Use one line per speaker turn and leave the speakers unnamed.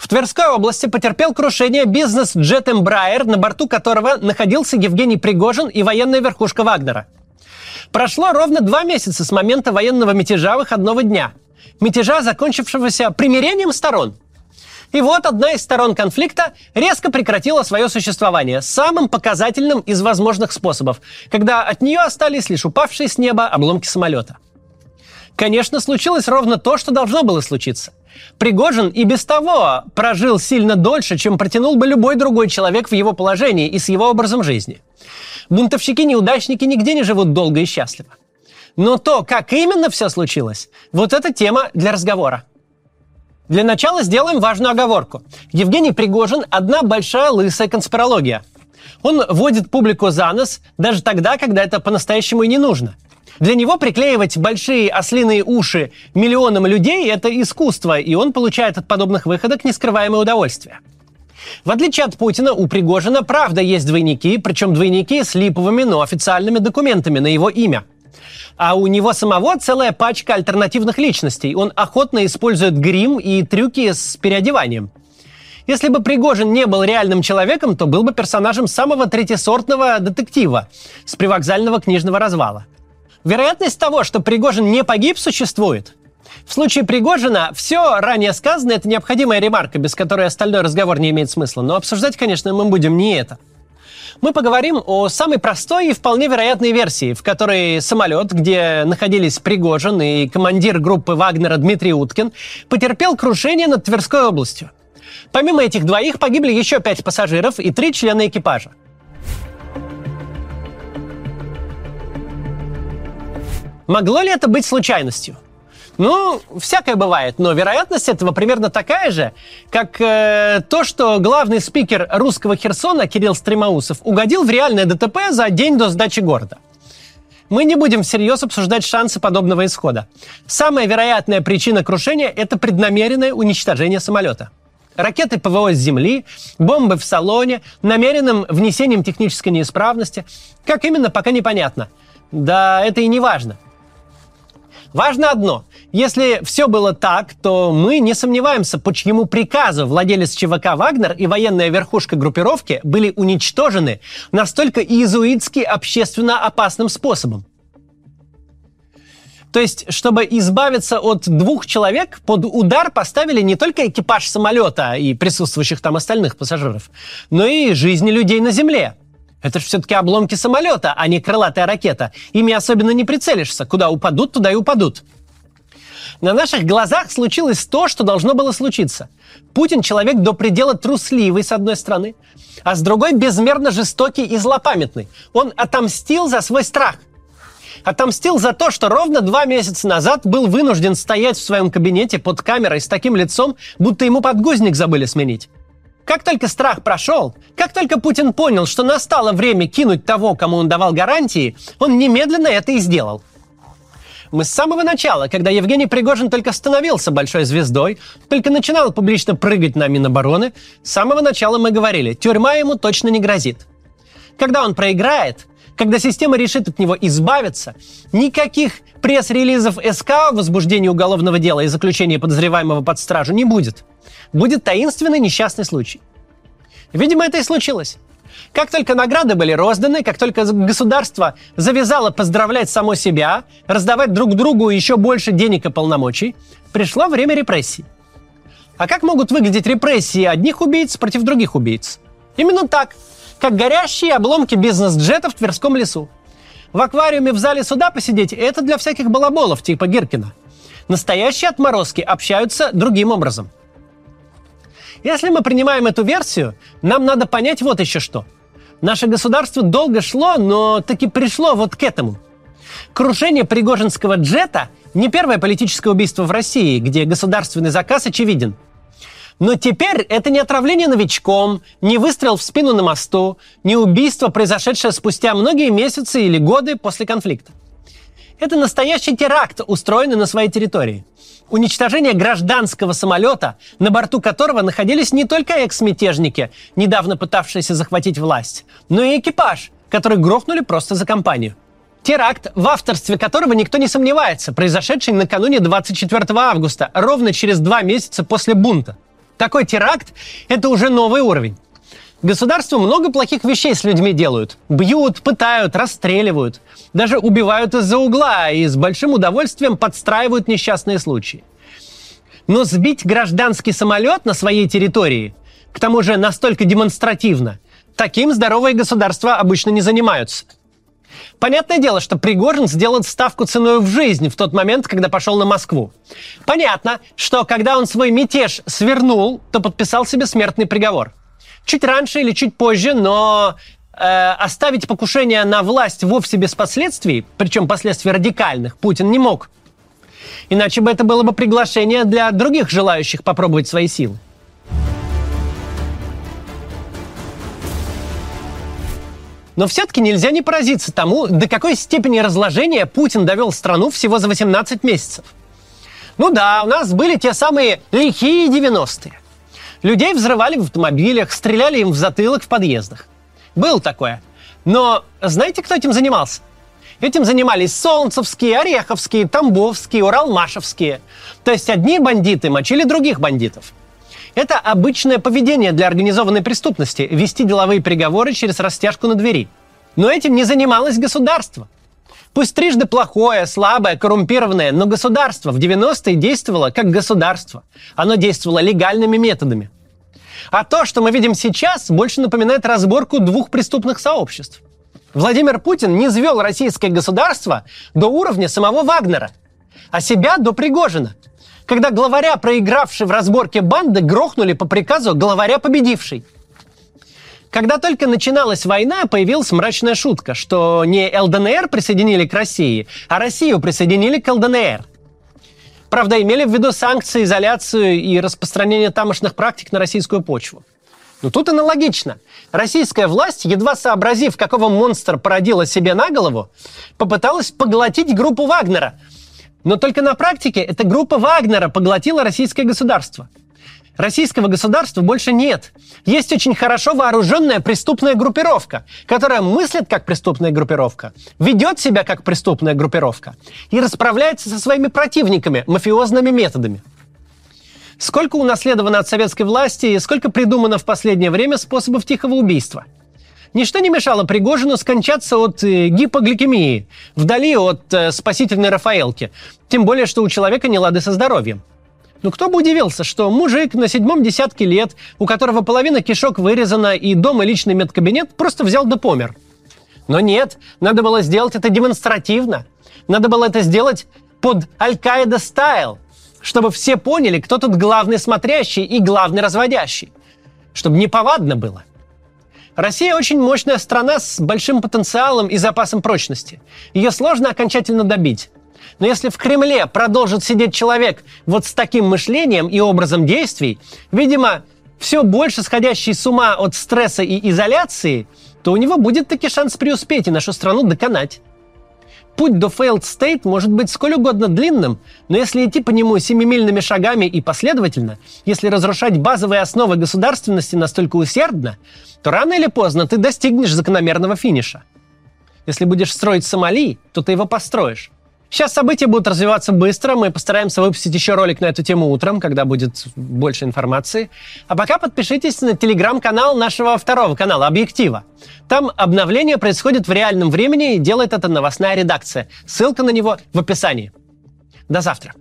Тверской области потерпел крушение бизнес-джет Embraer, на борту которого находился Евгений Пригожин и военная верхушка Вагнера. Прошло ровно 2 месяца с момента военного мятежа выходного дня. Мятежа, закончившегося примирением сторон. И вот одна из сторон конфликта резко прекратила свое существование самым показательным из возможных способов, когда от нее остались лишь упавшие с неба обломки самолета. Конечно, случилось ровно то, что должно было случиться. Пригожин и без того прожил сильно дольше, чем протянул бы любой другой человек в его положении и с его образом жизни. Бунтовщики-неудачники нигде не живут долго и счастливо. Но то, как именно все случилось, вот это тема для разговора. Для начала сделаем важную оговорку. Евгений Пригожин – одна большая лысая конспирология. Он водит публику за нос даже тогда, когда это по-настоящему и не нужно. Для него приклеивать большие ослиные уши миллионам людей – это искусство, и он получает от подобных выходок нескрываемое удовольствие. В отличие от Путина, у Пригожина правда есть двойники, причем двойники с липовыми, но официальными документами на его имя. А у него самого целая пачка альтернативных личностей. Он охотно использует грим и трюки с переодеванием. Если бы Пригожин не был реальным человеком, то был бы персонажем самого третьесортного детектива с привокзального книжного развала. Вероятность того, что Пригожин не погиб, существует. В случае Пригожина все ранее сказанное – это необходимая ремарка, без которой остальной разговор не имеет смысла. Но обсуждать, конечно, мы будем не это. Мы поговорим о самой простой и вполне вероятной версии, в которой самолет, где находились Пригожин и командир группы Вагнера Дмитрий Уткин, потерпел крушение над Тверской областью. Помимо этих двоих погибли еще 5 пассажиров и 3 члена экипажа. Могло ли это быть случайностью? Ну, всякое бывает, но вероятность этого примерно такая же, как то, что главный спикер русского Херсона Кирилл Стремоусов угодил в реальное ДТП за день до сдачи города. Мы не будем всерьез обсуждать шансы подобного исхода. Самая вероятная причина крушения – это преднамеренное уничтожение самолета. Ракеты ПВО с земли, бомбы в салоне, намеренным внесением технической неисправности. Как именно, пока непонятно. Да это и не важно. Важно одно. Если все было так, то мы не сомневаемся, по чьему приказу владелец ЧВК «Вагнер» и военная верхушка группировки были уничтожены настолько иезуитски общественно опасным способом. То есть, чтобы избавиться от 2 человек, под удар поставили не только экипаж самолета и присутствующих там остальных пассажиров, но и жизни людей на земле. Это же все-таки обломки самолета, а не крылатая ракета. Ими особенно не прицелишься. Куда упадут, туда и упадут. На наших глазах случилось то, что должно было случиться. Путин человек до предела трусливый, с одной стороны, а с другой безмерно жестокий и злопамятный. Он отомстил за свой страх. Отомстил за то, что ровно 2 месяца назад был вынужден стоять в своем кабинете под камерой с таким лицом, будто ему подгузник забыли сменить. Как только страх прошел, как только Путин понял, что настало время кинуть того, кому он давал гарантии, он немедленно это и сделал. Мы с самого начала, когда Евгений Пригожин только становился большой звездой, только начинал публично прыгать на Минобороны, с самого начала мы говорили, тюрьма ему точно не грозит. Когда он проиграет, когда система решит от него избавиться, никаких пресс-релизов СК о возбуждении уголовного дела и заключении подозреваемого под стражу не будет. Будет таинственный несчастный случай. Видимо, это и случилось. Как только награды были розданы, как только государство завязало поздравлять само себя, раздавать друг другу еще больше денег и полномочий, пришло время репрессий. А как могут выглядеть репрессии одних убийц против других убийц? Именно так, как горящие обломки бизнес-джета в Тверском лесу. В аквариуме в зале суда посидеть – это для всяких балаболов типа Гиркина. Настоящие отморозки общаются другим образом. Если мы принимаем эту версию, нам надо понять вот еще что. Наше государство долго шло, но таки пришло вот к этому. Крушение пригожинского джета – не первое политическое убийство в России, где государственный заказ очевиден. Но теперь это не отравление новичком, не выстрел в спину на мосту, не убийство, произошедшее спустя многие месяцы или годы после конфликта. Это настоящий теракт, устроенный на своей территории. Уничтожение гражданского самолета, на борту которого находились не только экс-мятежники, недавно пытавшиеся захватить власть, но и экипаж, который грохнули просто за компанию. Теракт, в авторстве которого никто не сомневается, произошедший накануне 24 августа, ровно через 2 месяца после бунта. Такой теракт – это уже новый уровень. Государства много плохих вещей с людьми делают. Бьют, пытают, расстреливают. Даже убивают из-за угла и с большим удовольствием подстраивают несчастные случаи. Но сбить гражданский самолет на своей территории, к тому же настолько демонстративно, таким здоровые государства обычно не занимаются. Понятное дело, что Пригожин сделал ставку ценой в жизнь в тот момент, когда пошел на Москву. Понятно, что когда он свой мятеж свернул, то подписал себе смертный приговор. Чуть раньше или чуть позже, но оставить покушение на власть вовсе без последствий, причем последствий радикальных, Путин не мог. Иначе бы это было бы приглашение для других желающих попробовать свои силы. Но все-таки нельзя не поразиться тому, до какой степени разложения Путин довел страну всего за 18 месяцев. Ну да, у нас были те самые лихие 90-е. Людей взрывали в автомобилях, стреляли им в затылок в подъездах. Было такое. Но знаете, кто этим занимался? Этим занимались солнцевские, ореховские, тамбовские, уралмашевские. То есть одни бандиты мочили других бандитов. Это обычное поведение для организованной преступности – вести деловые переговоры через растяжку на двери. Но этим не занималось государство. Пусть трижды плохое, слабое, коррумпированное, но государство в 90-е действовало как государство. Оно действовало легальными методами. А то, что мы видим сейчас, больше напоминает разборку двух преступных сообществ. Владимир Путин низвел российское государство до уровня самого Вагнера, а себя до Пригожина, когда главаря, проигравшей в разборке банды, грохнули по приказу главаря победившей. Когда только начиналась война, появилась мрачная шутка, что не ЛДНР присоединили к России, а Россию присоединили к ЛДНР. Правда, имели в виду санкции, изоляцию и распространение тамошних практик на российскую почву. Но тут аналогично. Российская власть, едва сообразив, какого монстра породила себе на голову, попыталась поглотить группу Вагнера. Но только на практике эта группа Вагнера поглотила российское государство. Российского государства больше нет. Есть очень хорошо вооруженная преступная группировка, которая мыслит как преступная группировка, ведет себя как преступная группировка и расправляется со своими противниками мафиозными методами. Сколько унаследовано от советской власти и сколько придумано в последнее время способов тихого убийства. Ничто не мешало Пригожину скончаться от гипогликемии, вдали от спасительной Рафаэлки. Тем более, что у человека не лады со здоровьем. Ну кто бы удивился, что мужик на 7-м десятке лет, у которого половина кишок вырезана и дома личный медкабинет, просто взял да помер. Но нет, надо было сделать это демонстративно. Надо было это сделать под Аль-Каида стайл, чтобы все поняли, кто тут главный смотрящий и главный разводящий. Чтобы неповадно было. Россия очень мощная страна с большим потенциалом и запасом прочности. Ее сложно окончательно добить. Но если в Кремле продолжит сидеть человек вот с таким мышлением и образом действий, видимо, все больше сходящий с ума от стресса и изоляции, то у него будет таки шанс преуспеть и нашу страну доконать. Путь до failed state может быть сколь угодно длинным, но если идти по нему семимильными шагами и последовательно, если разрушать базовые основы государственности настолько усердно, то рано или поздно ты достигнешь закономерного финиша. Если будешь строить Сомали, то ты его построишь. Сейчас события будут развиваться быстро, мы постараемся выпустить еще ролик на эту тему утром, когда будет больше информации. А пока подпишитесь на телеграм-канал нашего второго канала «Объектива». Там обновление происходит в реальном времени и делает это новостная редакция. Ссылка на него в описании. До завтра.